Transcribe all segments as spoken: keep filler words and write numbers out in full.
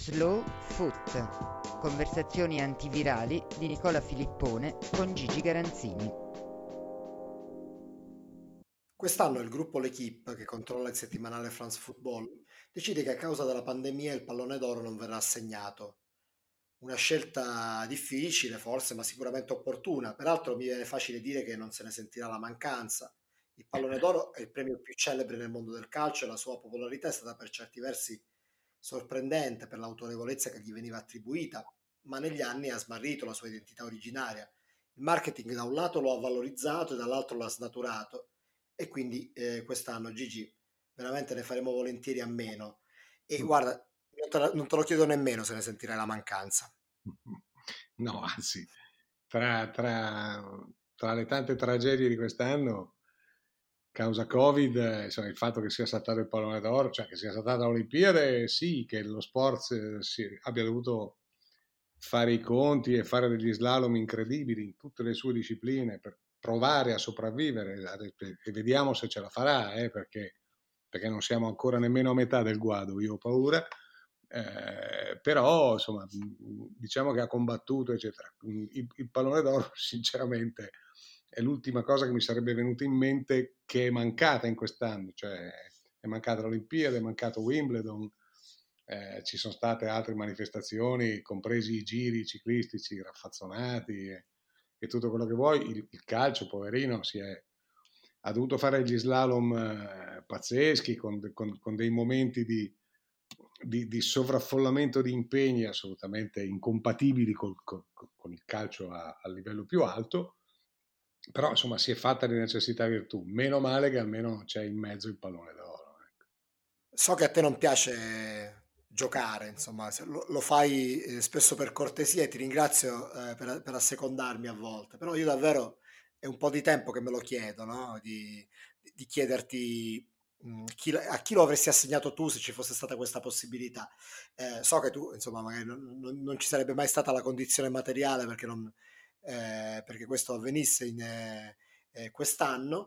Slow Foot. Conversazioni antivirali di Nicola Filippone con Gigi Garanzini. Quest'anno il gruppo L'Équipe, che controlla il settimanale France Football, decide che a causa della pandemia il pallone d'oro non verrà assegnato. Una scelta difficile, forse, ma sicuramente opportuna. Peraltro mi viene facile dire che non se ne sentirà la mancanza. Il pallone d'oro è il premio più celebre nel mondo del calcio e la sua popolarità è stata per certi versi sorprendente per l'autorevolezza che gli veniva attribuita, ma negli anni ha smarrito la sua identità originaria. Il marketing da un lato lo ha valorizzato e dall'altro lo ha snaturato e quindi eh, quest'anno Gigi veramente ne faremo volentieri a meno. E guarda, non te, la- non te lo chiedo nemmeno se ne sentirai la mancanza. No, anzi, tra, tra- tra le tante tragedie di quest'anno, causa Covid, eh, insomma, il fatto che sia saltato il pallone d'oro, cioè che sia saltata l'Olimpiade, sì, che lo sport eh, si- abbia dovuto fare i conti e fare degli slalom incredibili in tutte le sue discipline per provare a sopravvivere e vediamo se ce la farà, eh, perché, perché non siamo ancora nemmeno a metà del guado, io ho paura. Eh, però insomma diciamo che ha combattuto eccetera. Il, il pallone d'oro sinceramente è l'ultima cosa che mi sarebbe venuta in mente che è mancata in quest'anno, cioè è mancata l'Olimpiade, è mancato Wimbledon, eh, ci sono state altre manifestazioni, compresi i giri ciclistici raffazzonati e, e tutto quello che vuoi. Il, il calcio, poverino, si è, ha dovuto fare gli slalom eh, pazzeschi con, con, con dei momenti di, di, di sovraffollamento di impegni assolutamente incompatibili col, col, con il calcio a, a livello più alto, però insomma si è fatta di necessità virtù. Meno male che almeno c'è in mezzo il pallone d'oro. Ecco. So che a te non piace giocare, insomma, se lo, lo fai eh, spesso per cortesia e ti ringrazio eh, per, per assecondarmi a volte, però io davvero è un po' di tempo che me lo chiedo, no? Di, di chiederti mh, chi- a chi lo avresti assegnato tu se ci fosse stata questa possibilità. Eh, so che tu, insomma, magari non, non- non ci sarebbe mai stata la condizione materiale perché, non, eh, perché questo avvenisse in, eh, eh, quest'anno,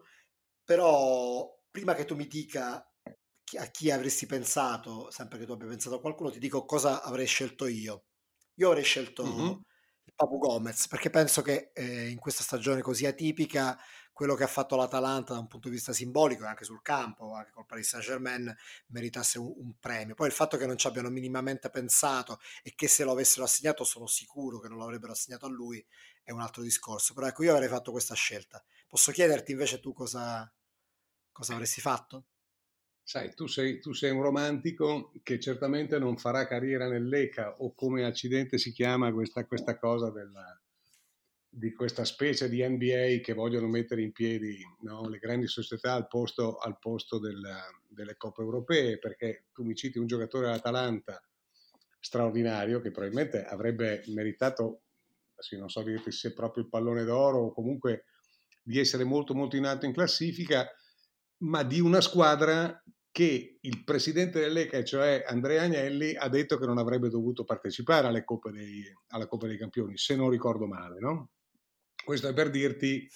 però prima che tu mi dica chi- a chi avresti pensato, sempre che tu abbia pensato a qualcuno, ti dico cosa avrei scelto io. Io avrei Mm-hmm. scelto il Papu Gomez perché penso che eh, in questa stagione così atipica quello che ha fatto l'Atalanta da un punto di vista simbolico e anche sul campo, anche col Paris Saint-Germain, meritasse un, un premio. Poi il fatto che non ci abbiano minimamente pensato e che se lo avessero assegnato sono sicuro che non lo avrebbero assegnato a lui è un altro discorso. Però ecco, io avrei fatto questa scelta. Posso chiederti invece tu cosa, cosa avresti fatto? Sai, tu sei, tu sei un romantico che certamente non farà carriera nell'E C A o come accidente si chiama questa, questa cosa della, di questa specie di N B A che vogliono mettere in piedi, no, le grandi società al posto, al posto della, delle coppe europee, perché tu mi citi un giocatore dell'Atalanta straordinario che probabilmente avrebbe meritato, sì, non so dirti se proprio il pallone d'oro o comunque di essere molto molto in alto in classifica, ma di una squadra che il presidente dell'E C A, cioè Andrea Agnelli, ha detto che non avrebbe dovuto partecipare alle Coppe dei, alla Coppa dei Campioni, se non ricordo male, no? Questo è per dirti,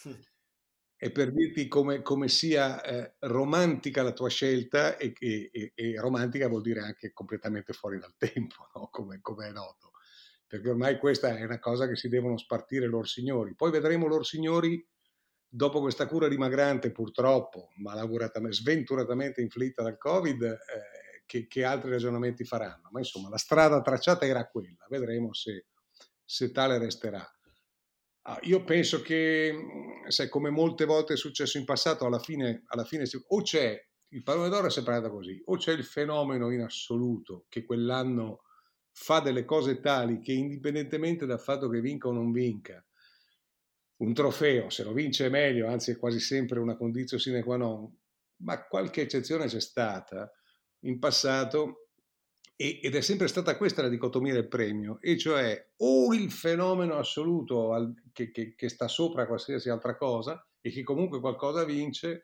è per dirti come, come sia eh, romantica la tua scelta e, e, e, e romantica vuol dire anche completamente fuori dal tempo, no? come, come è noto. Perché ormai questa è una cosa che si devono spartire loro signori. Poi vedremo loro signori dopo questa cura dimagrante, purtroppo, malauguratamente, sventuratamente inflitta dal Covid, eh, che, che altri ragionamenti faranno. Ma insomma, la strada tracciata era quella, vedremo se, se tale resterà. Ah, io penso che, sai, come molte volte è successo in passato, alla fine, alla fine o c'è, il pallone d'oro è sempre andata così, o c'è il fenomeno in assoluto che quell'anno fa delle cose tali che indipendentemente dal fatto che vinca o non vinca, un trofeo, se lo vince è meglio, anzi è quasi sempre una condizione sine qua non, ma qualche eccezione c'è stata in passato e, ed è sempre stata questa la dicotomia del premio, e cioè o il fenomeno assoluto al, che, che, che sta sopra qualsiasi altra cosa e che comunque qualcosa vince,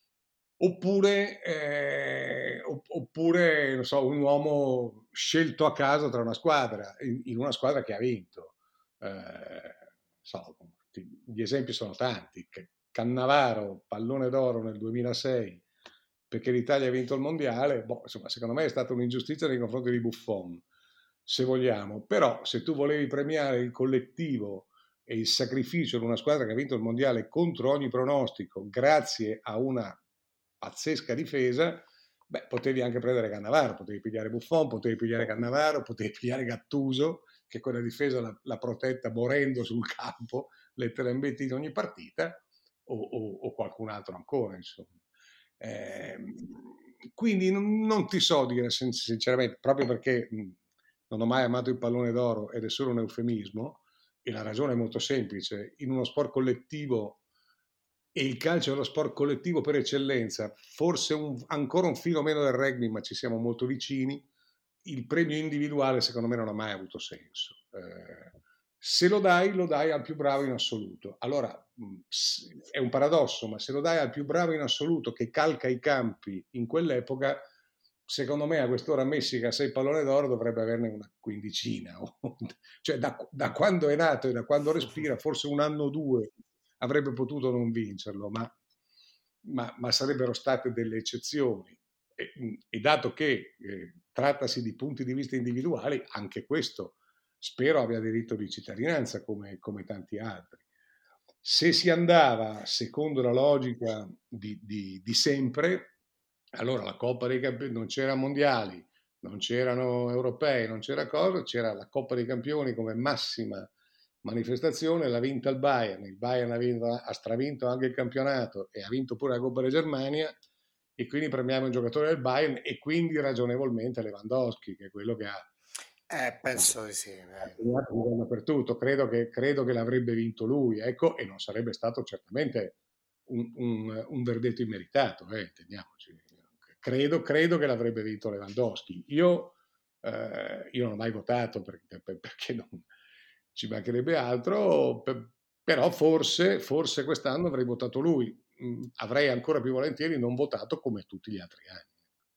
oppure, eh, oppure non so, un uomo scelto a caso tra una squadra, in, in una squadra che ha vinto. Eh, so, gli esempi sono tanti. Cannavaro, pallone d'oro nel duemilasei perché l'Italia ha vinto il mondiale, boh, insomma, secondo me è stata un'ingiustizia nei confronti di Buffon. se vogliamo, però se tu volevi premiare il collettivo e il sacrificio di una squadra che ha vinto il mondiale contro ogni pronostico, grazie a una pazzesca difesa, beh, potevi anche prendere Cannavaro, potevi pigliare Buffon, potevi pigliare Cannavaro, potevi pigliare Gattuso, che quella difesa l'ha, l'ha protetta morendo sul campo, letteralmente in ogni partita, o, o, o qualcun altro ancora, insomma. Eh, quindi non, non ti so dire sinceramente, proprio perché mh, non ho mai amato il pallone d'oro ed è solo un eufemismo, e la ragione è molto semplice: in uno sport collettivo, e il calcio è lo sport collettivo per eccellenza, forse un, ancora un filo meno del rugby, ma ci siamo molto vicini, il premio individuale secondo me non ha mai avuto senso. Eh, se lo dai, lo dai al più bravo in assoluto. Allora, è un paradosso, ma se lo dai al più bravo in assoluto che calca i campi in quell'epoca, secondo me a quest'ora Messi, che ha sei pallone d'oro, dovrebbe averne una quindicina. Cioè da, da quando è nato e da quando respira, forse un anno o due avrebbe potuto non vincerlo, ma, ma, ma sarebbero state delle eccezioni. E, e dato che eh, trattasi di punti di vista individuali, anche questo spero abbia diritto di cittadinanza come, come tanti altri. Se si andava secondo la logica di, di, di sempre, allora la Coppa dei Campioni, non c'era mondiali, non c'erano europei, non c'era cosa, c'era la Coppa dei Campioni come massima manifestazione, l'ha vinta il Bayern, il Bayern ha, vinto, ha stravinto anche il campionato e ha vinto pure la Coppa di Germania, e quindi premiamo il giocatore del Bayern e quindi ragionevolmente Lewandowski, che è quello che ha Eh, penso di sì. Eh. dappertutto. Credo che, credo che l'avrebbe vinto lui, ecco, e non sarebbe stato certamente un, un, un verdetto immeritato, eh, intendiamoci. Credo, credo che l'avrebbe vinto Lewandowski. Io, eh, io non ho mai votato perché, perché non ci mancherebbe altro, per, però forse, forse quest'anno avrei votato lui. Mm, avrei ancora più volentieri non votato come tutti gli altri anni.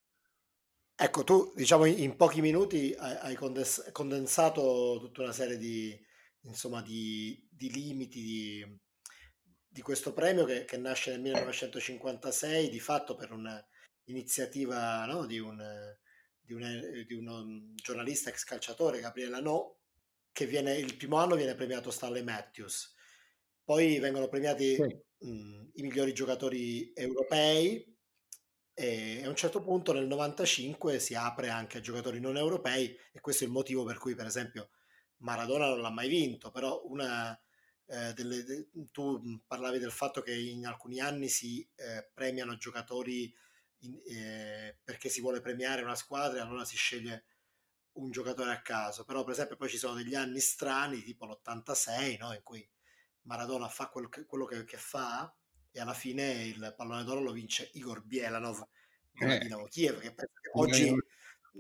Ecco, tu diciamo in in pochi minuti hai hai condes- condensato tutta una serie di, insomma, di, di limiti di, di questo premio che, che nasce nel millenovecentocinquantasei, di fatto per un'iniziativa, no, di un, di un- di uno giornalista ex calciatore, Gabriele No, che viene, il primo anno viene premiato Stanley Matthews, poi vengono premiati Sì. mh, i migliori giocatori europei, e a un certo punto nel novantacinque si apre anche a giocatori non europei, e questo è il motivo per cui per esempio Maradona non l'ha mai vinto, però una eh, delle, de- tu mh, parlavi del fatto che in alcuni anni si eh, premiano giocatori in- eh, perché si vuole premiare una squadra e allora si sceglie un giocatore a caso, però per esempio poi ci sono degli anni strani tipo l'ottantasei, no? In cui Maradona fa quel che- quello che, che fa e alla fine il pallone d'oro lo vince Igor Bielanov della Eh, Dinamo Kiev, che penso che eh, oggi,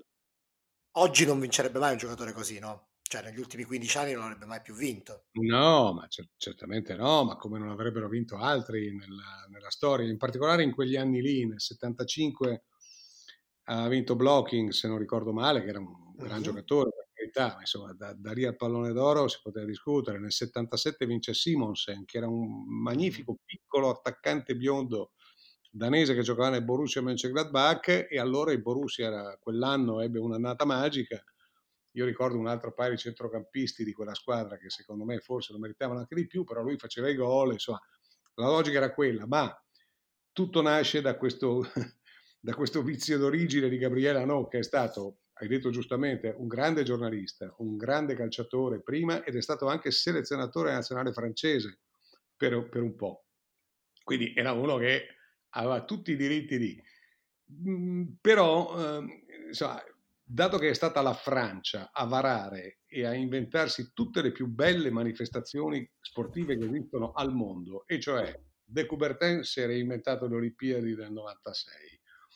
oggi non vincerebbe mai un giocatore così, no? Cioè negli ultimi quindici anni non avrebbe mai più vinto. No, ma cer- certamente no, ma come non avrebbero vinto altri nella, nella storia, in particolare in quegli anni lì, nel settantacinque ha vinto Blocking, se non ricordo male, che era un gran Mhm. giocatore, per carità, ma insomma, da, da lì al pallone d'oro si poteva discutere. Nel settantasette vince Simonsen, che era un Mhm. magnifico piccolo attaccante biondo danese che giocava nel Borussia Mönchengladbach, e allora il Borussia era, quell'anno ebbe un'annata magica. Io ricordo un altro paio di centrocampisti di quella squadra che secondo me forse lo meritavano anche di più, però lui faceva i gol, insomma, la logica era quella, ma tutto nasce da questo, da questo vizio d'origine di Gabriele Hanot, che è stato, hai detto giustamente, un grande giornalista, un grande calciatore prima, ed è stato anche selezionatore nazionale francese per, per un po'. Quindi era uno che aveva tutti i diritti di... Mm, però, eh, insomma, dato che è stata la Francia a varare e a inventarsi tutte le più belle manifestazioni sportive che esistono al mondo, e cioè De Coubertin si era inventato le Olimpiadi del novantasei,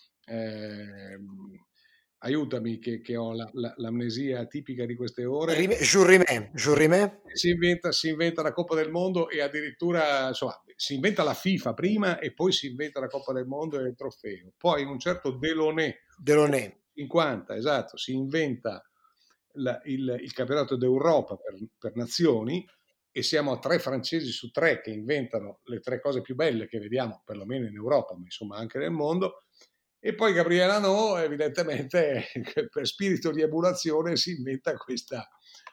eh, aiutami che, che ho la, la, l'amnesia tipica di queste ore, Rime- Jules Rimet, Jules Rimet? si inventa, si inventa la Coppa del Mondo, e addirittura insomma, si inventa la FIFA prima e poi si inventa la Coppa del Mondo e il trofeo. Poi un certo Delaunay, Delaunay. cinquanta, esatto, si inventa la, il, il campionato d'Europa per, per nazioni, e siamo a tre francesi su tre che inventano le tre cose più belle che vediamo, perlomeno in Europa, ma insomma anche nel mondo. E poi Gabriela no, evidentemente per spirito di emulazione si inventa questa,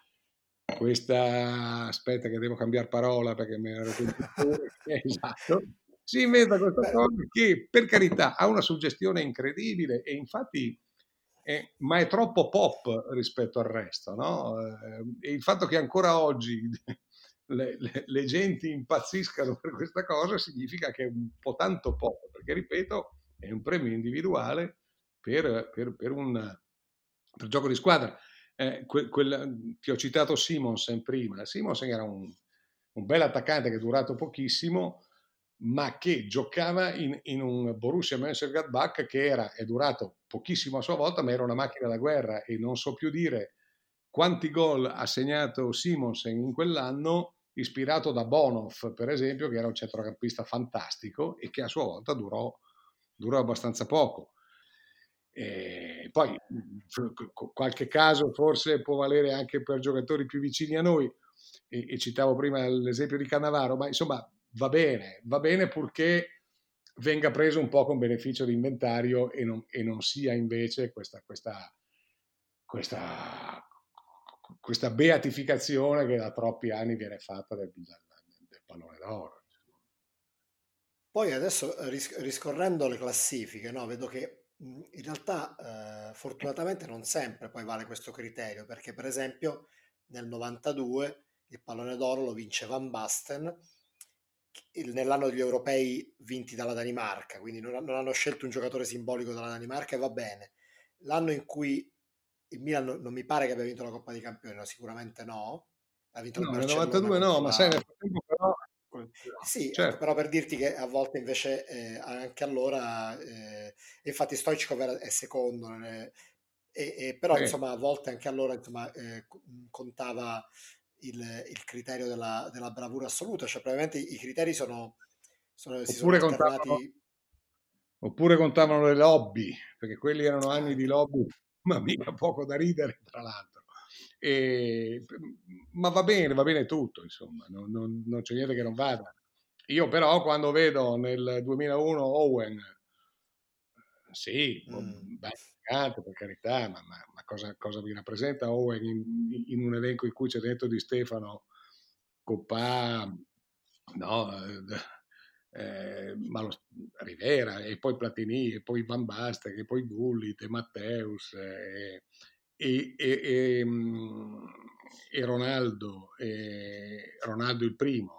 questa, aspetta che devo cambiare parola perché me ne ero pentito. Esatto, si inventa questa Beh, cosa che per carità ha una suggestione incredibile e infatti è, ma è troppo pop rispetto al resto, no? Eh, E il fatto che ancora oggi le, le- le genti impazziscano per questa cosa significa che è un po' tanto pop, perché ripeto, è un premio individuale per, per- per un per gioco di squadra. Eh, quel- quel- ti ho citato Simonsen prima. Simonsen era un, un bel attaccante che è durato pochissimo, ma che giocava in, in un Borussia Mönchengladbach che era, è durato pochissimo a sua volta, ma era una macchina da guerra e non so più dire quanti gol ha segnato Simonsen in quell'anno, ispirato da Bonhoff, per esempio, che era un centrocampista fantastico e che a sua volta durò, durò abbastanza poco. E poi qualche caso forse può valere anche per giocatori più vicini a noi, e, e citavo prima l'esempio di Cannavaro, ma insomma va bene, va bene purché venga preso un po' con beneficio di inventario e non, e non sia invece questa, questa, questa, questa beatificazione che da troppi anni viene fatta del, del, del pallone d'oro. poi adesso eh, ris- riscorrendo le classifiche, no, vedo che mh, in realtà eh, fortunatamente non sempre poi vale questo criterio, perché per esempio nel novantadue il pallone d'oro lo vince Van Basten il- nell'anno degli europei vinti dalla Danimarca, quindi non, non hanno scelto un giocatore simbolico dalla Danimarca e va bene. L'anno in cui il Milan non, non mi pare che abbia vinto la Coppa dei Campioni, no, sicuramente no, ha vinto il No, nel Barcellona novantadue no, contro ma sai, la... nel frattempo però, Sì, ecco, certo, però per dirti che a volte invece eh, anche allora, eh, infatti Stoichkov era- è secondo, non è- e, e però sì. insomma a volte anche allora insomma, eh, co- contava il, il criterio della, della bravura assoluta, cioè probabilmente i criteri sono, sono- si sono Oppure contavano, alternati. oppure contavano le lobby, perché quelli erano anni di Anche. lobby, ma mica poco da ridere, tra l'altro. E- ma va bene, va bene tutto, insomma, non, non- non c'è niente che non vada. Io però quando vedo nel duemilauno Owen, sì, Mm. beh, giocante, per carità, ma, ma- ma cosa, cosa vi rappresenta Owen in, in un elenco in cui c'è dentro Di Stefano, Coppa, no, eh, eh, ma lo- Rivera, e poi Platini, e poi Van Basten, e poi Gullit, e Matteus, eh, e, e- e, mm, e Ronaldo, e Ronaldo il primo.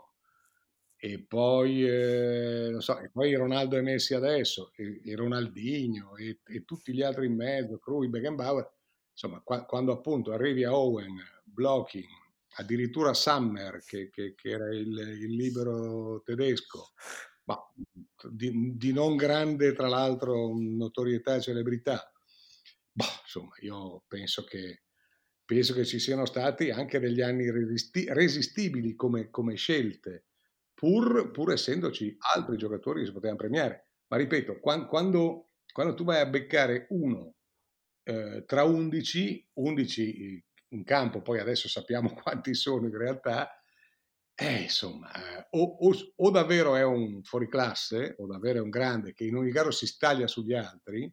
E poi, eh, non so, e poi Ronaldo e Messi adesso, e, e Ronaldinho, e, e tutti gli altri in mezzo, Cruyff, Beckenbauer, insomma, qua- quando appunto arrivi a Owen, Blocking, addirittura Summer, che, che- che era il, il libero tedesco, ma di, di non grande, tra l'altro, notorietà e celebrità. Boh, insomma, io penso che, penso che ci siano stati anche degli anni resisti- resistibili come, come scelte, pur, pur essendoci altri giocatori che si potevano premiare. Ma ripeto, quan- quando, quando tu vai a beccare uno eh, tra undici, undici in campo, poi adesso sappiamo quanti sono in realtà, eh, insomma, eh, o, o- o davvero è un fuoriclasse, o davvero è un grande che in ogni caso si staglia sugli altri,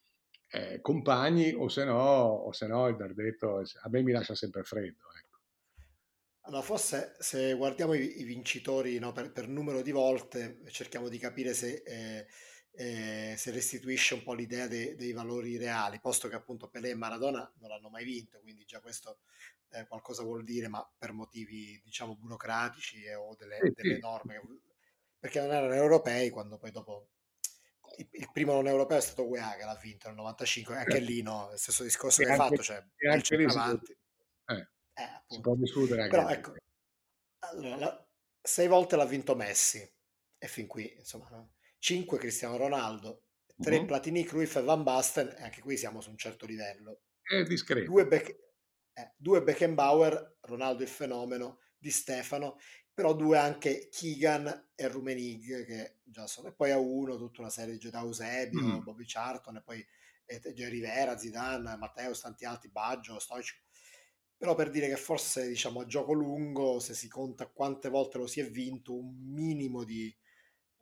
eh, compagni, o se no, o se no il verdetto a me mi lascia sempre freddo. Ecco. Allora, forse se guardiamo i, i vincitori, no, per, per numero di volte, cerchiamo di capire se, eh, eh, se restituisce un po' l'idea de- dei valori reali, posto che appunto Pelé e Maradona non l'hanno mai vinto, quindi già questo eh, qualcosa vuol dire, ma per motivi diciamo burocratici e- o delle, Sì, delle sì, norme, che- perché non erano europei quando poi dopo il, il primo non europeo è stato U E A che l'ha vinto nel novantacinque, e anche certo. lì no, il stesso discorso E che hai anche, fatto, cioè e bel anche lì si può, centravanti, eh, eh, si può appunto. discutere anche Però lì. ecco, allora, la- sei volte l'ha vinto Messi, e fin qui, insomma, no? cinque Cristiano Ronaldo, tre Mhm. Platini, Cruyff e Van Basten, e anche qui siamo su un certo livello. È discreto. Due, Beck- eh, due Beckenbauer, Ronaldo il fenomeno, Di Stefano, però due anche Keegan e Rummenigge, che già sono, e poi a uno tutta una serie di giocatori, Eusebio, Mm. Bobby Charlton, e poi eh, Rivera, Zidane, Matteo, tanti altri, Baggio, Stoichkov. Però per dire che forse diciamo a gioco lungo, se si conta quante volte lo si è vinto, un minimo di,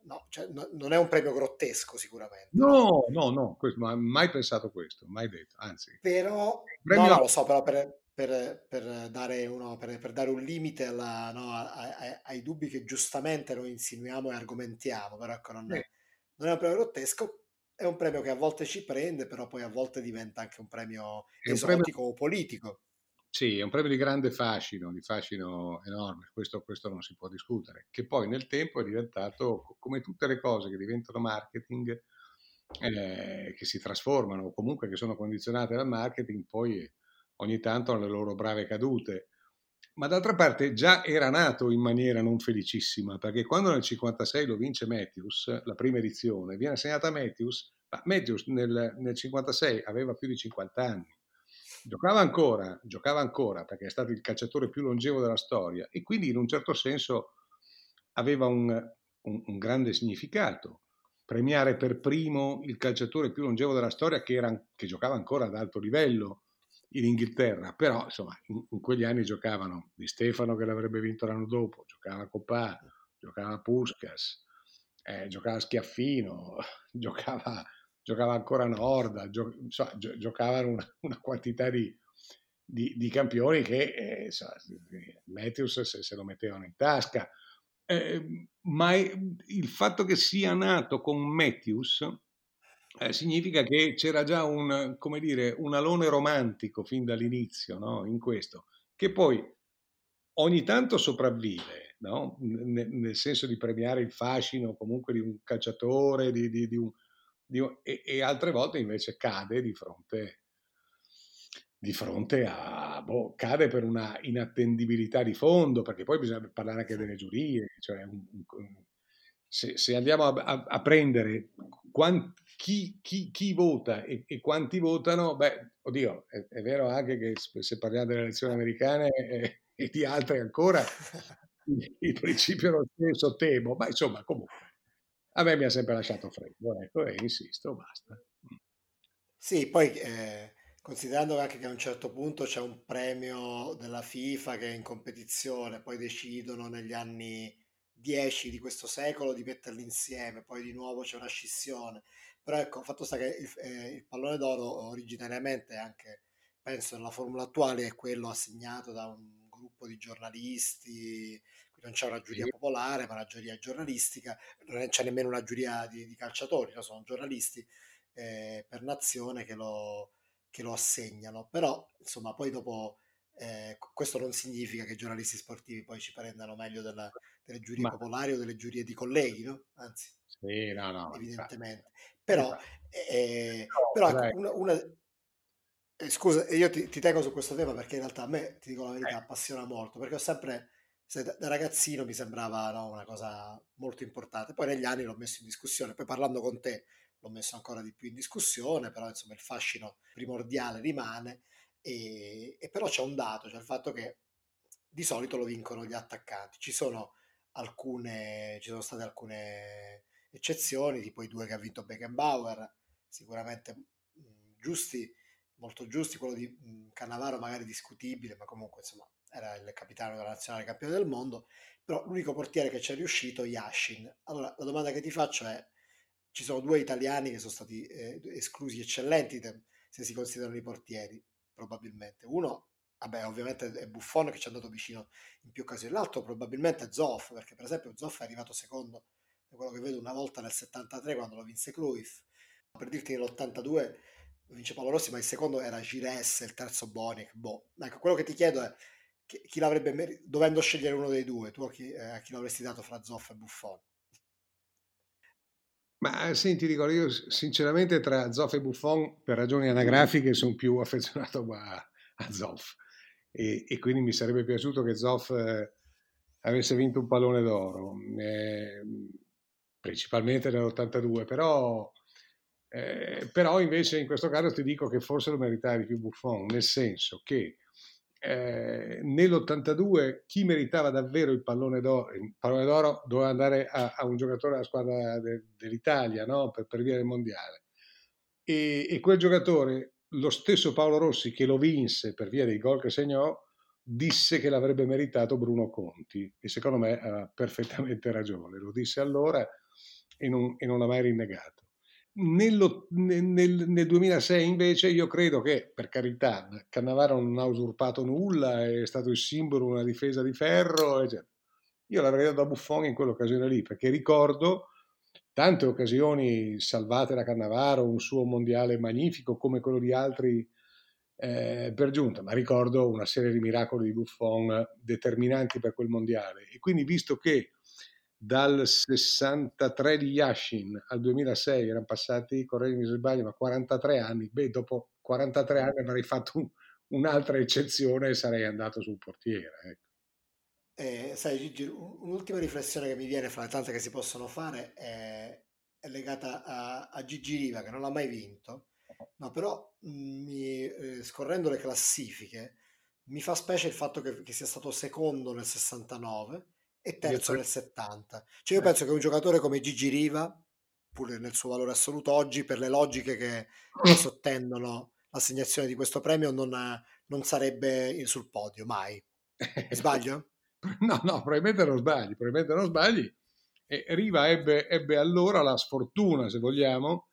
no, cioè, no, non è un premio grottesco sicuramente, no? No, no, no, questo, ma mai pensato questo, mai detto, anzi, Però, no, premio no, lo so, però per, per- per dare uno- per- per dare un limite alla- no, a- a- ai dubbi che giustamente noi insinuiamo e argomentiamo, però ecco, non eh, è, non è un premio grottesco, è un premio che a volte ci prende, però poi a volte diventa anche un premio è un premio, esotico o politico. sì, è un premio di grande fascino, di fascino enorme, questo, questo non si può discutere, che poi nel tempo è diventato, co- come tutte le cose che diventano marketing, eh, che si trasformano o comunque che sono condizionate dal marketing, poi ogni tanto hanno le loro brave cadute. Ma d'altra parte già era nato in maniera non felicissima, perché quando nel cinquantasei lo vince Matthews, la prima edizione, viene assegnata a Matthews, ma Matthews nel, nel cinquantasei aveva più di cinquanta anni, giocava ancora, giocava ancora perché è stato il calciatore più longevo della storia e quindi in un certo senso aveva un, un, un grande significato. Premiare per primo il calciatore più longevo della storia che, era, che giocava ancora ad alto livello in Inghilterra, però insomma in, in quegli anni giocavano Di Stefano che l'avrebbe vinto l'anno dopo, giocava Copà, giocava Puskas, eh, giocava Schiaffino, giocava, giocava ancora Norda, gio, insomma, gio, giocavano una, una quantità di, di, di, campioni che eh, insomma, Matthews se, se lo mettevano in tasca. Eh, ma il fatto che sia nato con Matthews eh, significa che c'era già un, come dire, un alone romantico fin dall'inizio, no? In questo, che poi ogni tanto sopravvive, no? N- nel senso di premiare il fascino comunque di un calciatore, di, di, di un, di un, e, e altre volte invece cade di fronte, di fronte a, boh, cade per una inattendibilità di fondo, perché poi bisogna parlare anche delle giurie, cioè un, un, se, se, andiamo a, a, a prendere quant, chi, chi, chi, vota e, e, quanti votano, beh, oddio, è, è vero anche che se parliamo delle elezioni americane e, e di altre ancora, il, il principio è lo stesso, temo, ma insomma, comunque, a me mi ha sempre lasciato freddo, ecco, e insisto, basta. Sì, poi eh, considerando anche che a un certo punto c'è un premio della FIFA che è in competizione, poi decidono negli anni dieci di questo secolo di metterli insieme, poi di nuovo c'è una scissione. Però ecco, fatto sta che il, eh, il pallone d'oro originariamente anche, penso nella formula attuale, è quello assegnato da un gruppo di giornalisti, qui non c'è una giuria Sì, popolare, ma una giuria giornalistica, non c'è nemmeno una giuria di, di calciatori, no? Sono giornalisti eh, per nazione che lo, che lo assegnano. Però, insomma, poi dopo eh, questo non significa che i giornalisti sportivi poi ci prendano meglio della- delle giurie ma popolari o delle giurie di colleghi, no? Anzi, sì, no, no, ma infatti, evidentemente. ma Però, infatti, eh, però no, ecco, dai, una, una- eh, scusa, io ti, ti tengo su questo tema perché in realtà a me, ti dico la eh, verità, appassiona molto, perché ho sempre, se da, da ragazzino mi sembrava no, una cosa molto importante. Poi negli anni l'ho messo in discussione, poi parlando con te l'ho messo ancora di più in discussione, però insomma il fascino primordiale rimane. E, e però c'è un dato, cioè il fatto che di solito lo vincono gli attaccanti. Ci sono alcune, ci sono state alcune eccezioni, tipo i due che ha vinto Beckenbauer, sicuramente mh, giusti, molto giusti, quello di mh, Cannavaro magari discutibile, ma comunque insomma era il capitano della nazionale campione del mondo, però l'unico portiere che ci è riuscito è Yashin. Allora la domanda che ti faccio è, ci sono due italiani che sono stati eh, esclusi eccellenti te- se si considerano i portieri, probabilmente. Uno, vabbè, ovviamente è Buffon che ci è andato vicino in più occasioni, l'altro probabilmente è Zoff, perché per esempio Zoff è arrivato secondo, da quello che vedo, una volta nel settantatré quando lo vinse Cruyff. Per dirti nell'ottantadue lo vince Paolo Rossi, ma il secondo era Gires, il terzo Boniek. Boh. Ecco, quello che ti chiedo è chi, chi l'avrebbe mer- dovendo scegliere uno dei due, tu a chi, eh, a chi l'avresti dato fra Zoff e Buffon? ma senti, dico, io sinceramente tra Zoff e Buffon per ragioni anagrafiche sono più affezionato a, a Zoff e, e quindi mi sarebbe piaciuto che Zoff eh, avesse vinto un pallone d'oro, eh, principalmente nell'ottantadue, però, eh, però invece in questo caso ti dico che forse lo meritava di più Buffon, nel senso che eh, nell'ottantadue chi meritava davvero il pallone d'oro, il pallone d'oro doveva andare a, a un giocatore della squadra de, dell'Italia, no? per, per via del mondiale. E, e quel giocatore, lo stesso Paolo Rossi che lo vinse per via dei gol che segnò, disse che l'avrebbe meritato Bruno Conti e secondo me ha perfettamente ragione. Lo disse allora e non, e non l'ha mai rinnegato. Nello, nel, nel duemilasei invece io credo che, per carità, Cannavaro non ha usurpato nulla, è stato il simbolo di una difesa di ferro, eccetera. Io l'avrei dato a Buffon in quell'occasione lì, perché ricordo tante occasioni salvate da Cannavaro, un suo mondiale magnifico come quello di altri eh, per giunta, ma ricordo una serie di miracoli di Buffon determinanti per quel mondiale. E quindi, visto che dal sessantatré di Yashin al duemilasei erano passati, correggimi se sbaglio, ma quarantatré anni, beh, dopo quarantatré anni avrei fatto un, un'altra eccezione e sarei andato sul portiere. Ecco. Eh, sai, Gigi, un'ultima riflessione che mi viene fra le tante che si possono fare è, è legata a, a Gigi Riva, che non l'ha mai vinto, no, però mh, mi, eh, scorrendo le classifiche mi fa specie il fatto che, che sia stato secondo nel sessantanove e terzo nel settanta. Cioè io Eh. penso che un giocatore come Gigi Riva, pure nel suo valore assoluto oggi, per le logiche che, che sottendono l'assegnazione di questo premio, non, non sarebbe sul podio, mai. Mi sbaglio? No, no, probabilmente non sbagli, probabilmente non sbagli. E Riva ebbe, ebbe allora la sfortuna, se vogliamo,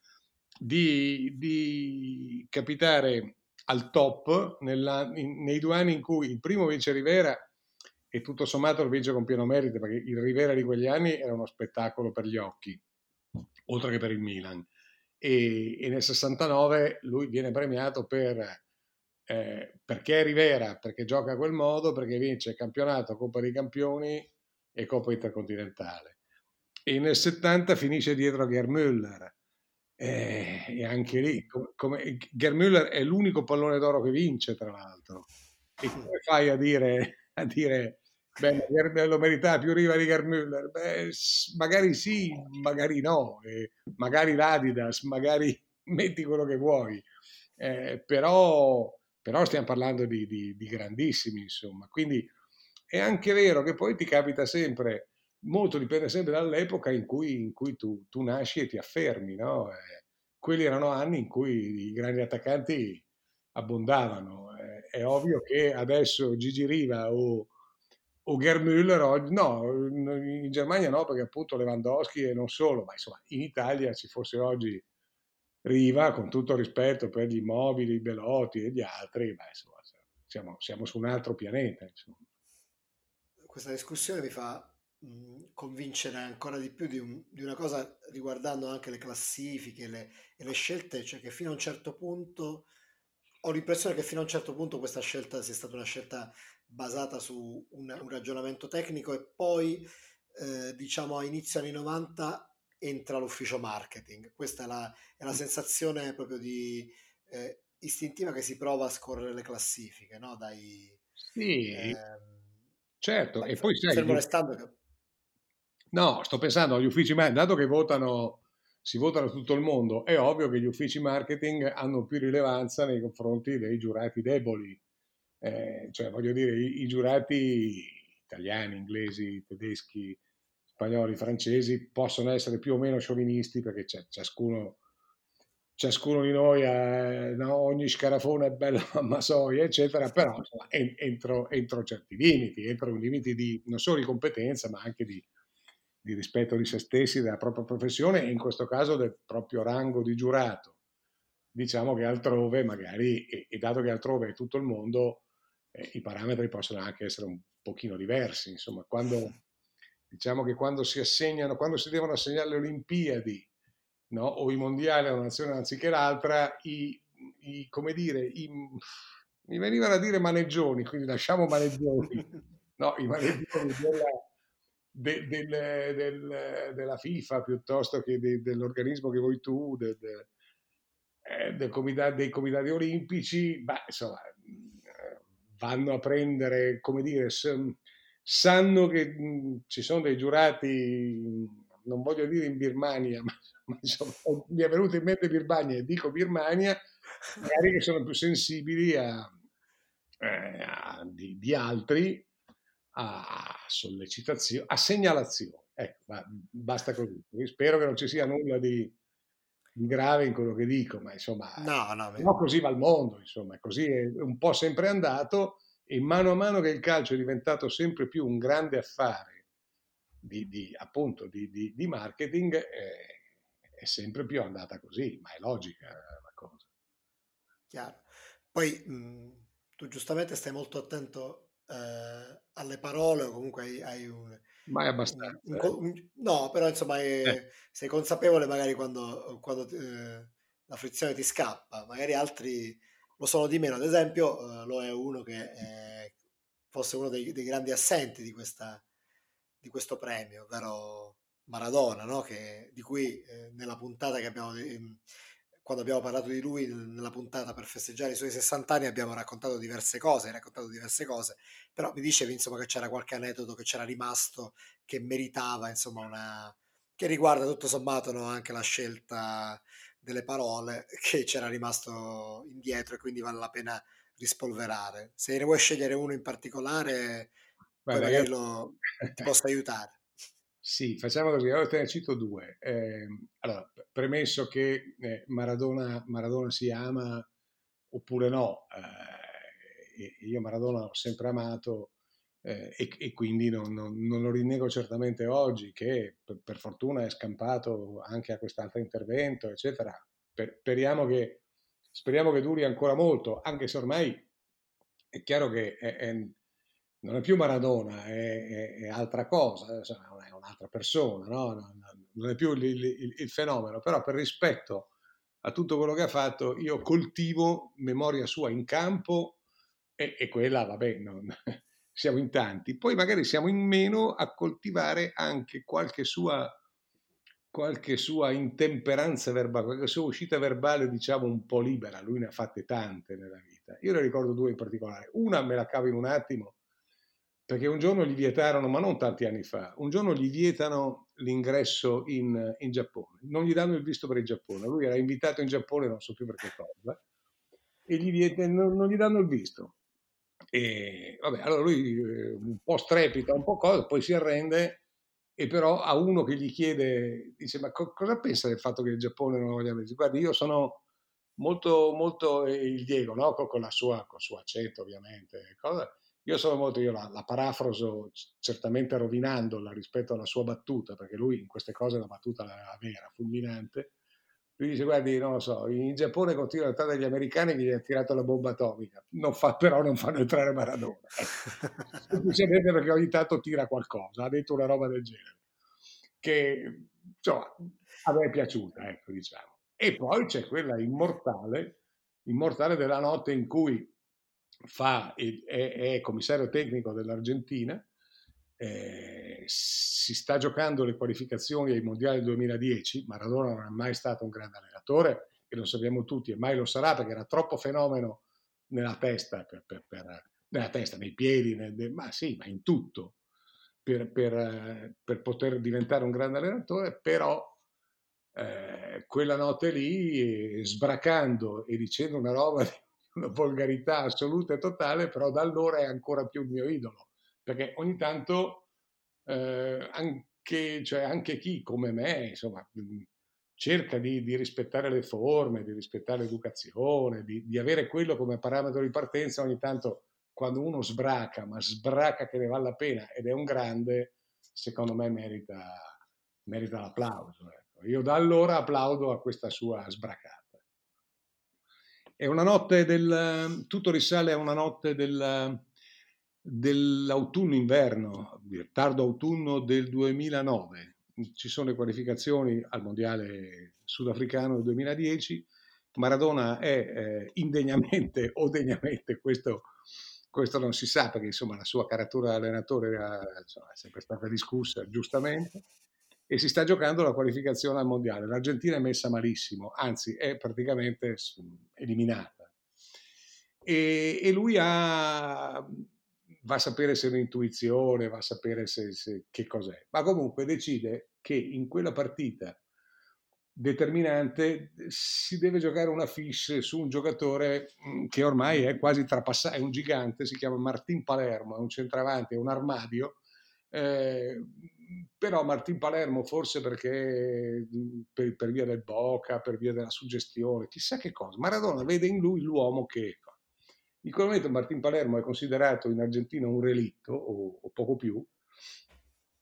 di, di capitare al top nella, in, nei due anni in cui il primo vince Rivera e tutto sommato lo vince con pieno merito, perché il Rivera di quegli anni era uno spettacolo per gli occhi, oltre che per il Milan. E, e nel sessantanove lui viene premiato per eh, perché è Rivera, perché gioca a quel modo, perché vince il campionato, Coppa dei Campioni e Coppa Intercontinentale. E nel settanta finisce dietro a Gerd Müller. Eh, e anche lì, come, come, Gerd Müller è l'unico pallone d'oro che vince, tra l'altro. E come fai a dire, a dire beh, lo meritava più Riva di Gerd Müller? Beh, magari sì, magari no, eh, magari l'Adidas, magari metti quello che vuoi. Eh, però, però stiamo parlando di, di, di grandissimi, insomma. Quindi è anche vero che poi ti capita sempre, molto dipende sempre dall'epoca in cui, in cui tu, tu nasci e ti affermi, no? Eh, quelli erano anni in cui i grandi attaccanti abbondavano. Eh, è ovvio che adesso Gigi Riva o, o Gerd Müller, oggi, no, in Germania no, perché appunto Lewandowski e non solo, ma insomma in Italia ci fosse oggi Riva, con tutto il rispetto per gli Immobili, i Belotti e gli altri, beh, insomma, siamo, siamo su un altro pianeta. Insomma. Questa discussione mi fa mh, convincere ancora di più di, un- di una cosa riguardando anche le classifiche le- e le scelte, cioè che fino a un certo punto ho l'impressione che fino a un certo punto questa scelta sia stata una scelta basata su un, un ragionamento tecnico e poi eh, diciamo a inizio anni novanta entra l'ufficio marketing. Questa è la, è la sensazione proprio di eh, istintiva che si prova a scorrere le classifiche, no? Dai, Sì, ehm, certo, dai, e poi sai, fermo gli- restando che no, sto pensando agli uffici, ma dato che votano, si votano tutto il mondo, è ovvio che gli uffici marketing hanno più rilevanza nei confronti dei giurati deboli. Eh, cioè, voglio dire, i, i giurati italiani, inglesi, tedeschi, spagnoli, francesi possono essere più o meno sciovinisti perché c'è, ciascuno, ciascuno di noi ha, no, ogni scarafone è bello mamma soia, eccetera, però insomma, en- entro, entro certi limiti, entro un limiti di non solo di competenza, ma anche di, di rispetto di se stessi, della propria professione e in questo caso del proprio rango di giurato. Diciamo che altrove magari, e, e dato che altrove è tutto il mondo, eh, i parametri possono anche essere un pochino diversi. Insomma, quando, diciamo che quando si assegnano, quando si devono assegnare le Olimpiadi, no, o i mondiali a una nazione anziché l'altra, i, i, come dire, i, mi venivano a dire maneggioni, quindi lasciamo maneggioni, no, i maneggioni della, de, del, del, della FIFA piuttosto che de, dell'organismo che vuoi tu, de, de, eh, del comitato, dei comitati olimpici, beh, insomma, vanno a prendere, come dire, sanno che mh, ci sono dei giurati, non voglio dire in Birmania, ma, ma insomma, mi è venuto in mente Birmania e dico Birmania, magari che sono più sensibili a, eh, a- di, di altri a sollecitazione, a segnalazione. Ecco, ma basta così. Io spero che non ci sia nulla di, di grave in quello che dico, ma insomma, no, no, mi- no, così va il mondo, insomma, così è un po' sempre andato e mano a mano che il calcio è diventato sempre più un grande affare di, di appunto di, di, di marketing, eh, è sempre più andata così, ma è logica la cosa. Chiaro. Poi mh, tu giustamente stai molto attento eh, alle parole, o comunque hai, hai un, Ma è un- abbastanza. un Eh. co- un- no, però insomma Eh, eh, sei consapevole magari quando, quando, eh, la frizione ti scappa, magari altri lo sono di meno. Ad esempio, eh, lo è uno che eh, fosse uno dei, dei grandi assenti di questa, di questo premio, ovvero Maradona, no? Che, di cui eh, nella puntata che abbiamo, ehm, quando abbiamo parlato di lui, nella puntata per festeggiare i suoi sessanta anni, abbiamo raccontato diverse cose, hai raccontato diverse cose, però mi dicevi insomma che c'era qualche aneddoto che c'era rimasto che meritava insomma una... che riguarda tutto sommato, no, anche la scelta delle parole, che c'era rimasto indietro e quindi vale la pena rispolverare. Se ne vuoi scegliere uno in particolare, poi guarda, io magari lo, ti posso aiutare. sì, facciamo così, allora te ne cito due. Eh, allora, premesso che eh, Maradona, Maradona si ama oppure no, eh, io Maradona l'ho sempre amato, eh, e, e quindi non, non- non lo rinnego certamente oggi, che per, per fortuna è scampato anche a quest'altro intervento, eccetera. Per- speriamo che, speriamo che duri ancora molto, anche se ormai è chiaro che è- è- non è più Maradona, è, è- è altra cosa, insomma, è un'altra persona, no? Non, non è più il, il- il fenomeno, però per rispetto a tutto quello che ha fatto, io coltivo memoria sua in campo e, e quella, vabbè, non, siamo in tanti. Poi magari siamo in meno a coltivare anche qualche sua, qualche sua intemperanza verbale, qualche sua uscita verbale, diciamo, un po' libera. Lui ne ha fatte tante nella vita. Io ne ricordo due in particolare. Una me la cavo in un attimo, perché un giorno gli vietarono, ma non tanti anni fa, un giorno gli vietano l'ingresso in, in Giappone. Non gli danno il visto per il Giappone. Lui era invitato in Giappone, non so più per che cosa, e gli vieta, non, non gli danno il visto. E vabbè, allora lui eh, un po' strepita, un po' cosa, poi si arrende e però a uno che gli chiede, dice ma co- cosa pensa del fatto che il Giappone non lo voglia vedere? Guardi, io sono molto, molto, eh, il Diego, no? Con, con la sua, col suo accento ovviamente, cosa, io sono molto, io la, la parafraso certamente rovinandola rispetto alla sua battuta, perché lui in queste cose la battuta la vera, fulminante. Lui dice, guardi, non lo so, in Giappone continuano a entrare gli americani che gli hanno tirato la bomba atomica, non fa, però non fanno entrare Maradona. Ecco. Semplicemente perché ogni tanto tira qualcosa, ha detto una roba del genere, che insomma, a me è piaciuta, ecco, diciamo. E poi c'è quella immortale, immortale della notte in cui fa il, è, è commissario tecnico dell'Argentina, eh, si sta giocando le qualificazioni ai mondiali del duemiladieci. Maradona non è mai stato un grande allenatore e lo sappiamo tutti e mai lo sarà perché era troppo fenomeno nella testa, per, per, per, nella testa, nei piedi, nel, ma sì, ma in tutto per, per, per poter diventare un grande allenatore, però eh, quella notte lì, eh, sbracando e dicendo una roba di una volgarità assoluta e totale, però da allora è ancora più il mio idolo, perché ogni tanto eh, anche, cioè anche chi come me, insomma, mh, cerca di, di rispettare le forme, di rispettare l'educazione, di, di avere quello come parametro di partenza, ogni tanto quando uno sbraca, ma sbraca che ne vale la pena ed è un grande, secondo me merita, merita l'applauso. Ecco. Io da allora applaudo a questa sua sbracata. È una notte del, tutto risale a una notte del, dell'autunno-inverno, tardo autunno del duemilanove. Ci sono le qualificazioni al mondiale sudafricano del duemiladieci. Maradona è eh, indegnamente o degnamente, questo, questo non si sa perché insomma la sua caratura da allenatore era, insomma, è sempre stata discussa giustamente e si sta giocando la qualificazione al mondiale. L'Argentina è messa malissimo, anzi è praticamente eliminata. E, e lui ha, va a sapere se è un'intuizione, va a sapere se, se, che cos'è, ma comunque decide che in quella partita determinante si deve giocare una fiche su un giocatore che ormai è quasi trapassato, è un gigante, si chiama Martin Palermo, è un centravanti, è un armadio, eh, però Martin Palermo forse perché per, per, via del Boca, per via della suggestione, chissà che cosa, Maradona vede in lui l'uomo che... In quel momento Martin Palermo è considerato in Argentina un relitto o, o poco più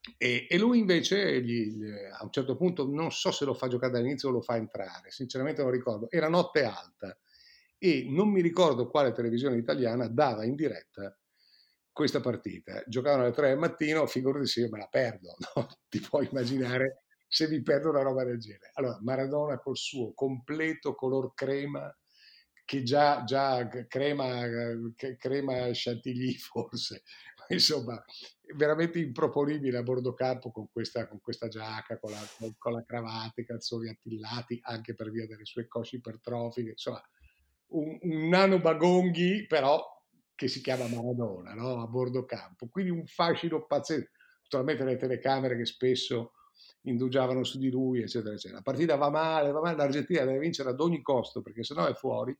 E, e lui invece gli, a un certo punto, non so se lo fa giocare dall'inizio o lo fa entrare, sinceramente non ricordo, era notte alta e non mi ricordo quale televisione italiana dava in diretta questa partita. Giocavano alle tre del mattino, figurati se io me la perdo, no? Ti puoi immaginare se mi perdo una roba del genere. Allora, Maradona col suo completo color crema, che già, già crema, crema chantilly forse, insomma, veramente improponibile a bordo campo con questa, con questa giacca, con la, con la cravatta, i calzoni attillati, anche per via delle sue cosce ipertrofiche, insomma, un, un nano Bagonghi, però che si chiama Maradona, no? A bordo campo. Quindi un fascino pazzesco. Naturalmente le telecamere che spesso indugiavano su di lui, eccetera, eccetera. La partita va male, va male, l'Argentina deve vincere ad ogni costo, perché sennò è fuori.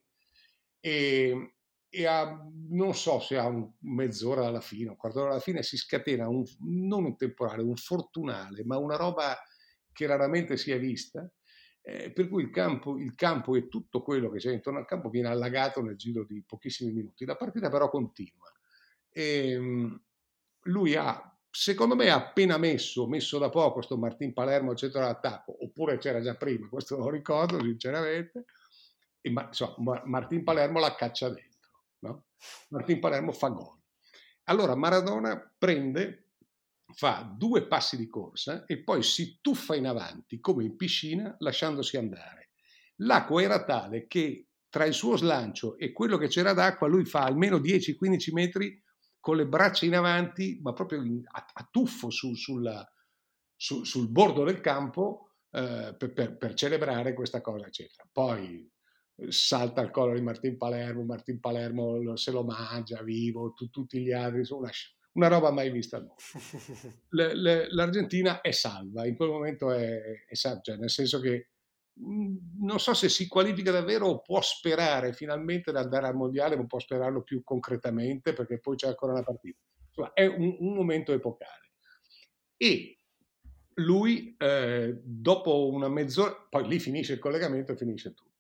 E, e a, non so se a un, mezz'ora alla fine, un quarto d'ora alla fine, si scatena un, non un temporale, un fortunale, ma una roba che raramente si è vista, eh, per cui il campo, il campo e tutto quello che c'è intorno al campo viene allagato nel giro di pochissimi minuti. La partita però continua. E, lui ha, secondo me, ha appena messo, messo da poco sto Martin Palermo al centro dell'attacco, oppure c'era già prima, questo non lo ricordo sinceramente, e, ma, insomma, Martin Palermo la caccia dentro, no? Martin Palermo fa gol. Allora Maradona prende, fa due passi di corsa e poi si tuffa in avanti come in piscina lasciandosi andare. L'acqua era tale che tra il suo slancio e quello che c'era d'acqua lui fa almeno dieci quindici metri con le braccia in avanti, ma proprio a, a tuffo su, sulla, su, sul bordo del campo eh, per, per, per celebrare questa cosa, eccetera. Poi salta al collo di Martin Palermo, Martin Palermo se lo mangia vivo, tu, tutti gli altri, una, una roba mai vista al mondo. Le, le, L'Argentina è salva, in quel momento è, è salva, cioè nel senso che mh, non so se si qualifica davvero o può sperare finalmente di andare al mondiale, ma può sperarlo più concretamente perché poi c'è ancora una partita. Insomma, è un, un momento epocale. E lui, eh, dopo una mezz'ora, poi lì finisce il collegamento e finisce tutto.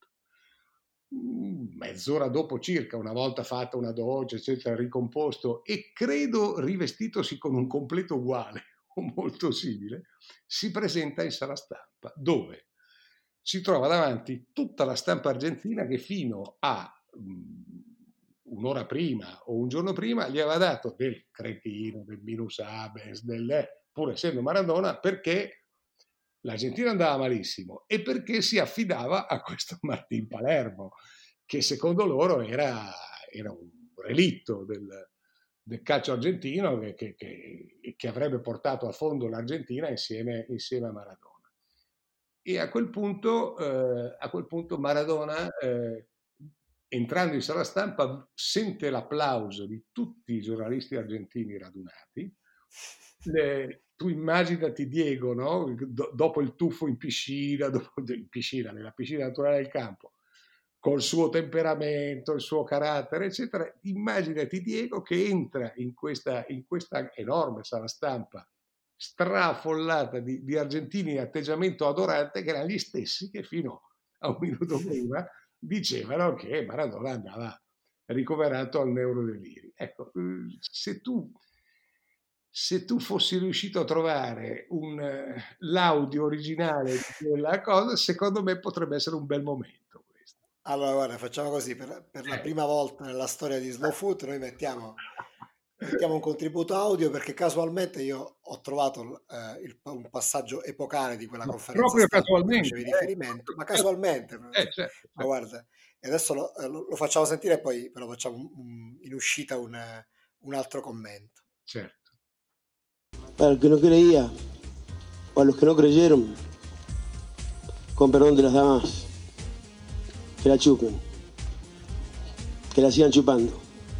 Mezz'ora dopo circa, una volta fatta una doccia, eccetera, ricomposto e credo rivestitosi con un completo uguale o molto simile, si presenta in sala stampa, dove si trova davanti tutta la stampa argentina che fino a um, un'ora prima o un giorno prima gli aveva dato del cretino, del minus abes, del, pur essendo Maradona, perché l'Argentina andava malissimo e perché si affidava a questo Martin Palermo, che secondo loro era, era un relitto del, del calcio argentino che, che, che, che avrebbe portato a fondo l'Argentina insieme, insieme a Maradona. E a quel punto, eh, a quel punto Maradona, eh, entrando in sala stampa, sente l'applauso di tutti i giornalisti argentini radunati. Le, tu immaginati Diego, no? Do, dopo il tuffo in piscina, dopo, in piscina, nella piscina naturale del campo, col suo temperamento, il suo carattere, eccetera, immaginati Diego che entra in questa, in questa enorme sala stampa strafollata di, di argentini in atteggiamento adorante, che erano gli stessi che fino a un minuto prima dicevano che Maradona andava ricoverato al neurodelirio. Ecco, se tu se tu fossi riuscito a trovare un, uh, l'audio originale di quella cosa, secondo me potrebbe essere un bel momento questo. Allora, guarda, facciamo così, per, per la prima volta nella storia di Slow Food noi mettiamo, mettiamo un contributo audio perché casualmente io ho trovato eh, il, un passaggio epocale di quella Ma conferenza proprio stampa a cui casualmente, facevi eh, riferimento, ma casualmente, eh, certo, certo. ma guarda, e adesso lo, lo, lo facciamo sentire e poi ve lo facciamo un, in uscita un, un altro commento. Certo. Para el que no creía, o a los que no creyeron, con perdón de las damas, que la chupen, que la sigan chupando.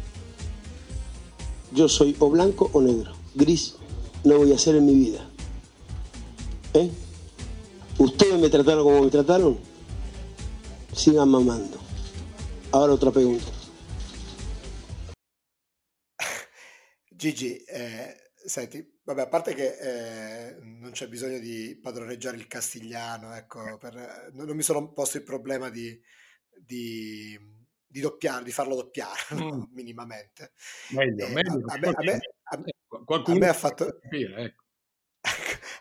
Yo soy o blanco o negro, gris no voy a ser en mi vida. ¿Eh? Ustedes me trataron como me trataron, sigan mamando. Ahora otra pregunta. Gigi, eh, senti, vabbè, a parte che eh, non c'è bisogno di padroneggiare il castigliano, ecco, per, non, non mi sono posto il problema di, di, di doppiare, di farlo doppiare, mm. no, minimamente. Meglio, eh, meglio. A, a, me, a, me, a, Qualcuno a me ha fatto... capire, ecco.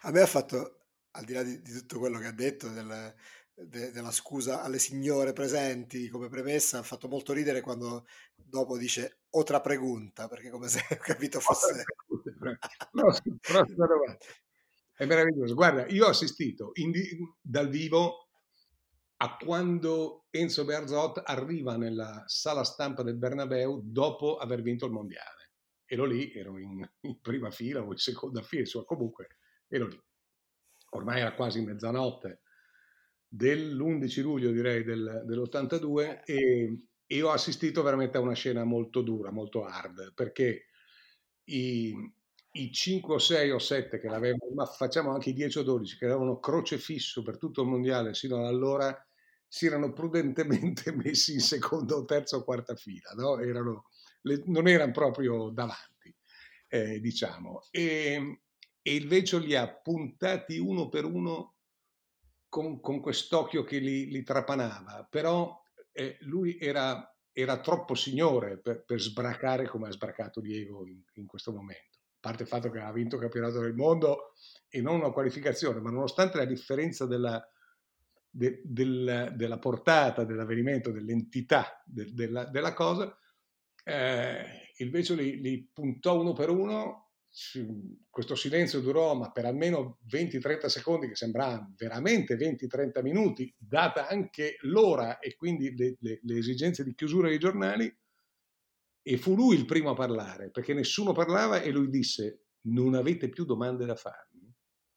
A me ha fatto, al di là di, di tutto quello che ha detto, del- de- della scusa alle signore presenti come premessa, ha fatto molto ridere quando dopo dice otra pregunta, perché come se ho capito fosse... No, sì, prossima domanda. È meraviglioso. Guarda, io ho assistito in di- dal vivo a quando Enzo Bearzot arriva nella sala stampa del Bernabeu dopo aver vinto il mondiale. Ero lì, ero in, in prima fila o in seconda fila, insomma, comunque ero lì. Ormai era quasi mezzanotte dell'undici luglio, direi, del, dell'ottantadue e, e ho assistito veramente a una scena molto dura, molto hard, perché i, i cinque o sei o sette che l'avevano, ma facciamo anche i dieci o dodici che avevano crocefisso per tutto il mondiale sino ad allora, si erano prudentemente messi in seconda o terza o quarta fila, no? Erano, le, non erano proprio davanti, eh, diciamo. E, e invece li ha puntati uno per uno con, con quest'occhio che li, li trapanava, però eh, lui era, era troppo signore per, per sbracare come ha sbracato Diego in, in questo momento. A parte il fatto che ha vinto il campionato del mondo e non una qualificazione, ma nonostante la differenza della, de, del, della portata dell'avvenimento, dell'entità de, della, della cosa, eh, invece li, li puntò uno per uno. Questo silenzio durò ma per almeno venti trenta secondi, che sembrava veramente venti trenta minuti, data anche l'ora e quindi le, le, le esigenze di chiusura dei giornali, e fu lui il primo a parlare, perché nessuno parlava e lui disse: non avete più domande da farmi?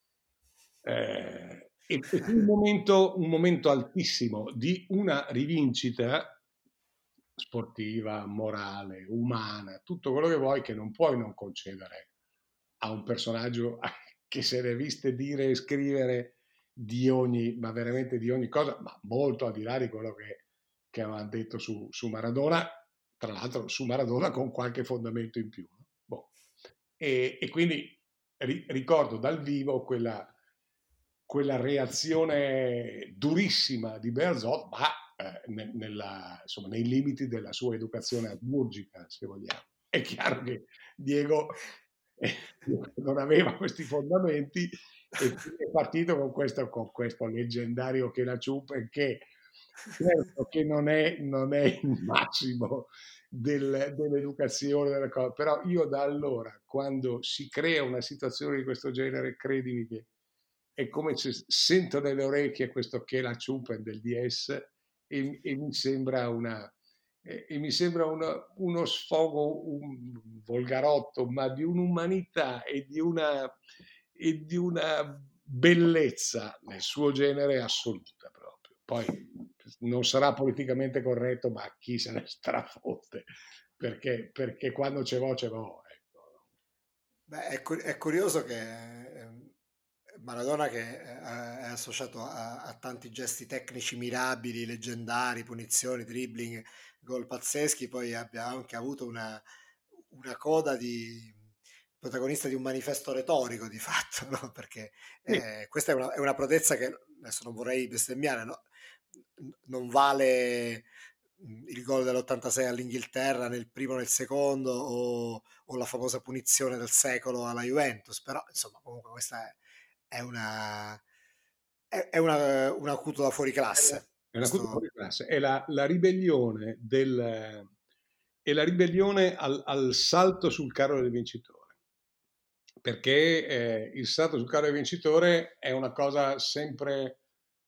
Eh, e, e fu un momento, un momento altissimo di una rivincita sportiva, morale, umana, tutto quello che vuoi, che non puoi non concedere a un personaggio che se ne è viste dire e scrivere di ogni, ma veramente di ogni cosa, ma molto al di là di quello che, che avevano detto su, su Maradona, tra l'altro su Maradona con qualche fondamento in più. No? Boh. E, e quindi ri, ricordo dal vivo quella, quella reazione durissima di Bearzot, ma eh, ne, nella, insomma, nei limiti della sua educazione asburgica, se vogliamo. È chiaro che Diego eh, non aveva questi fondamenti e è partito con questo, con questo leggendario che la ciupa, che certo che non è, non è il massimo del, dell'educazione, della cosa, però io da allora, quando si crea una situazione di questo genere, credimi che è come se sento nelle orecchie questo che la ciupa del D S e, e mi sembra una e, e mi sembra una, uno sfogo un volgarotto, ma di un'umanità e di una, e di una bellezza nel suo genere assoluta proprio. Poi non sarà politicamente corretto, ma chi se ne strafotte, perché, perché quando ce l'ho, ce l'ho. Ecco. Beh, è, cu- è curioso che ehm, Maradona, che eh, è associato a, a tanti gesti tecnici mirabili, leggendari, punizioni, dribbling, gol pazzeschi, poi abbia anche avuto una, una coda di protagonista di un manifesto retorico di fatto, no? Perché Sì, eh, questa è una, è una prodezza che adesso non vorrei bestemmiare, no? Non vale mh, il gol dell'ottantasei all'Inghilterra nel primo o nel secondo o, o la famosa punizione del secolo alla Juventus, però insomma comunque questa è, è una è, è una, un acuto da fuori classe. è una cosa Questo fuori classe, è la, la ribellione del, è la ribellione al, al salto sul carro del vincitore, perché eh, il salto sul carro del vincitore è una cosa sempre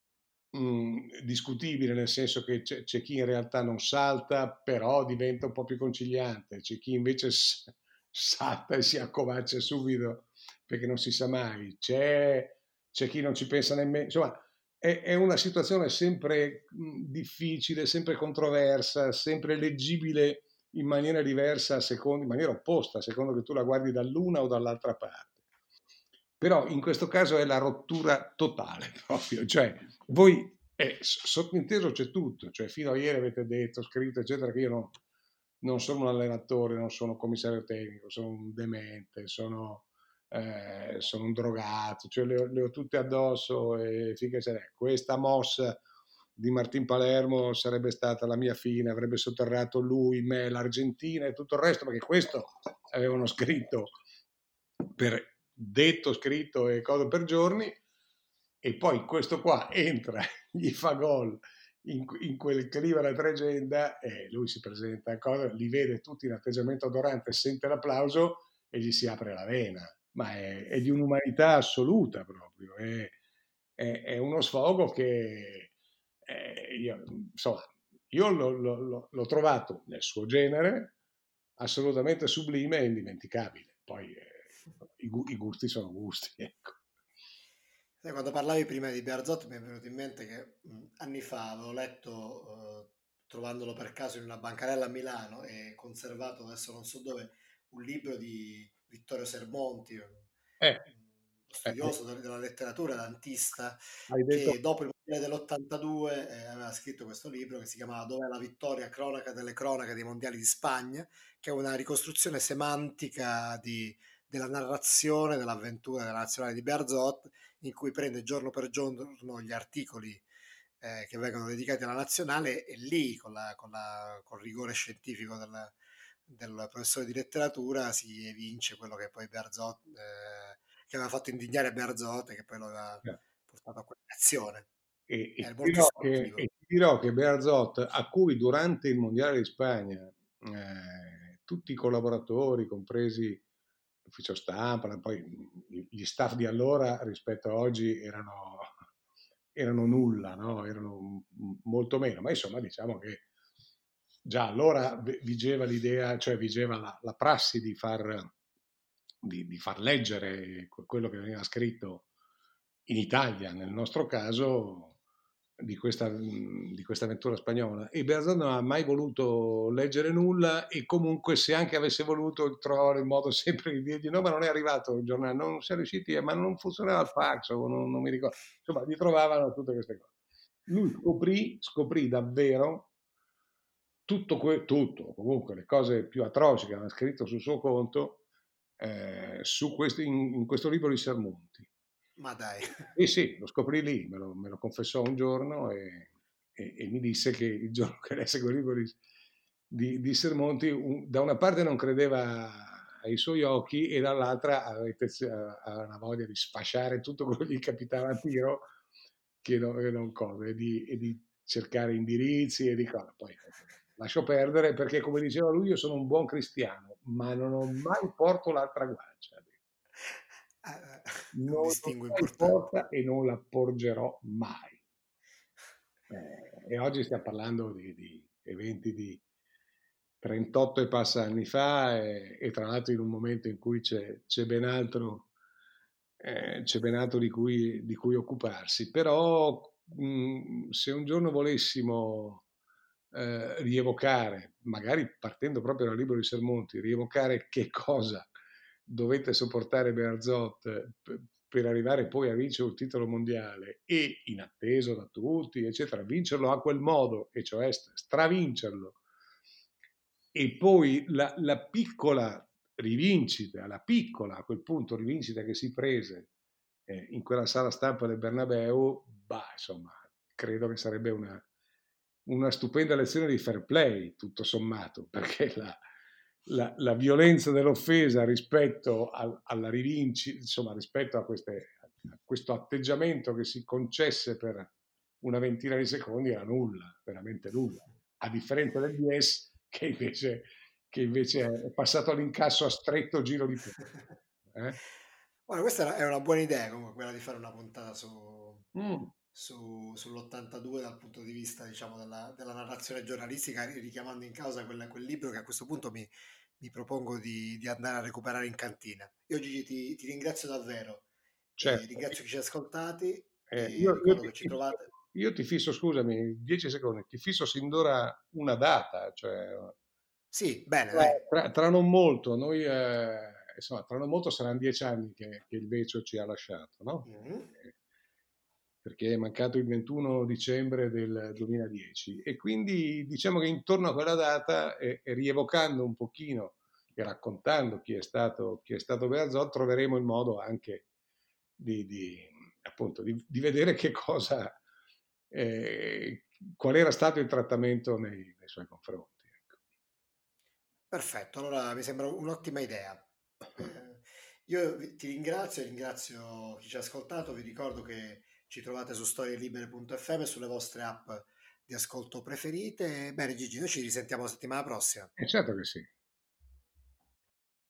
mh, discutibile, nel senso che c'è, c'è chi in realtà non salta, però diventa un po' più conciliante, c'è chi invece s- salta e si accovaccia subito perché non si sa mai, c'è, c'è chi non ci pensa nemmeno, insomma è, è una situazione sempre mh, difficile, sempre controversa, sempre leggibile in maniera diversa, a secondo, in maniera opposta, a secondo che tu la guardi dall'una o dall'altra parte. Però in questo caso è la rottura totale proprio, cioè voi, eh, sottinteso c'è tutto, cioè fino a ieri avete detto, scritto, eccetera, che io no, non sono un allenatore, non sono un commissario tecnico, sono un demente, sono, eh, sono un drogato, cioè le ho, le ho tutte addosso e finché ce n'è. Questa mossa di Martin Palermo sarebbe stata la mia fine, avrebbe sotterrato lui, me, l'Argentina e tutto il resto, perché questo avevano scritto per detto, scritto e cose per giorni, e poi questo qua entra, gli fa gol in, in quel che arriva la tregenda e lui si presenta a cosa, li vede tutti in atteggiamento adorante, sente l'applauso e gli si apre la vena, ma è, è di un'umanità assoluta proprio, è, è, è uno sfogo che eh, io, insomma, io l'ho, l'ho, l'ho trovato nel suo genere assolutamente sublime e indimenticabile. Poi eh, i, i gusti sono gusti, ecco. Sai, quando parlavi prima di Bearzot mi è venuto in mente che mh, anni fa avevo letto, eh, trovandolo per caso in una bancarella a Milano e conservato, adesso non so dove, un libro di Vittorio Sermonti, un Eh, uno eh, studioso de- della letteratura dantista, hai detto, che dopo il Mondiale dell'ottantadue eh, aveva scritto questo libro che si chiamava Dov'è la vittoria? Cronaca delle cronache dei mondiali di Spagna, che è una ricostruzione semantica di- della narrazione dell'avventura della nazionale di Bearzot, in cui prende giorno per giorno gli articoli eh, che vengono dedicati alla nazionale e lì con, la, con, la, con il rigore scientifico del, del professore di letteratura si evince quello che poi Bearzot, eh, che aveva fatto indignare Bearzot e che poi lo aveva eh, portato a quell'azione. e, e È ti molto dirò che, istruttivo. e ti dirò che Bearzot, a cui durante il Mondiale di Spagna eh, tutti i collaboratori, compresi l'ufficio stampa, poi gli staff di allora rispetto a oggi erano, erano nulla, no? Erano molto meno, ma insomma diciamo che già allora vigeva l'idea, cioè vigeva la, la prassi di far, di, di far leggere quello che veniva scritto in Italia, nel nostro caso, di questa, di questa avventura spagnola. E Bearzot non ha mai voluto leggere nulla e comunque se anche avesse voluto trovare il modo sempre di dirgli no, ma non è arrivato il giornale, non si è riusciti, ma non funzionava il fax, o non, non mi ricordo. Insomma, gli trovavano tutte queste cose. Lui scoprì, scoprì davvero tutto, que- tutto, comunque le cose più atroci che aveva scritto sul suo conto eh, su questi, in, in questo libro di Sermonti. Ma dai. E sì, lo scoprì lì, me lo, me lo confessò un giorno e, e, e mi disse che il giorno che lesse quel libro di, di, di Sermonti, un, da una parte non credeva ai suoi occhi e dall'altra aveva una voglia di sfasciare tutto quello che gli capitava a tiro che non, che non cosa, e di, e di cercare indirizzi e di cosa. Poi lascio perdere perché, come diceva lui, io sono un buon cristiano, ma non ho mai porto l'altra guancia. Eh, è un Non lo distinguo sto in importante. porta e non la porgerò mai. Eh, e oggi stiamo parlando di, di eventi di trentotto e passa anni fa e, e tra l'altro in un momento in cui c'è, c'è ben altro, eh, c'è ben altro di cui, di cui occuparsi. Però mh, se un giorno volessimo eh, rievocare, magari partendo proprio dal libro di Sermonti, rievocare che cosa dovete sopportare Bearzot per, per arrivare poi a vincere un titolo mondiale e inatteso da tutti, eccetera, vincerlo a quel modo, e cioè stravincerlo. E poi la, la piccola rivincita, la piccola a quel punto rivincita che si prese eh, in quella sala stampa del Bernabeu, bah, insomma, credo che sarebbe una, una stupenda lezione di fair play, tutto sommato, perché la, la, la violenza dell'offesa rispetto al, alla rivincita, insomma, rispetto a, queste, a questo atteggiamento che si concesse per una ventina di secondi era nulla, veramente nulla. A differenza del D S che invece, che invece è passato all'incasso a stretto giro di poco. Eh? Guarda, questa è una buona idea comunque, quella di fare una puntata su, Mm. su- sull'ottantadue dal punto di vista, diciamo, della, della narrazione giornalistica, richiamando in causa quel, quel libro che a questo punto mi, mi propongo di, di andare a recuperare in cantina. Io Gigi ti, ti ringrazio davvero, e Certo. ringrazio chi ci ha ascoltati Eh, e io, io ricordo ti, che ci trovate. io ti fisso, scusami, dieci secondi, ti fisso sin d'ora una data, cioè Sì, bene, tra, dai. tra- tra non molto, noi, eh, insomma, tra non molto saranno dieci anni che, che il Vecio ci ha lasciato, no? Mhm. Eh, Perché è mancato il ventuno dicembre del duemiladieci e quindi diciamo che intorno a quella data e, e rievocando un pochino e raccontando chi è stato, chi è stato Bearzot, troveremo il modo anche di, di, appunto, di, di vedere che cosa, eh, qual era stato il trattamento nei, nei suoi confronti. Ecco. Perfetto, allora mi sembra un'ottima idea. Eh, Io vi- ti ringrazio e ringrazio chi ci ha ascoltato. Vi ricordo che ci trovate su storielibere punto effe emme e sulle vostre app di ascolto preferite. Bene, Gigi, noi ci risentiamo la settimana prossima. E certo che sì.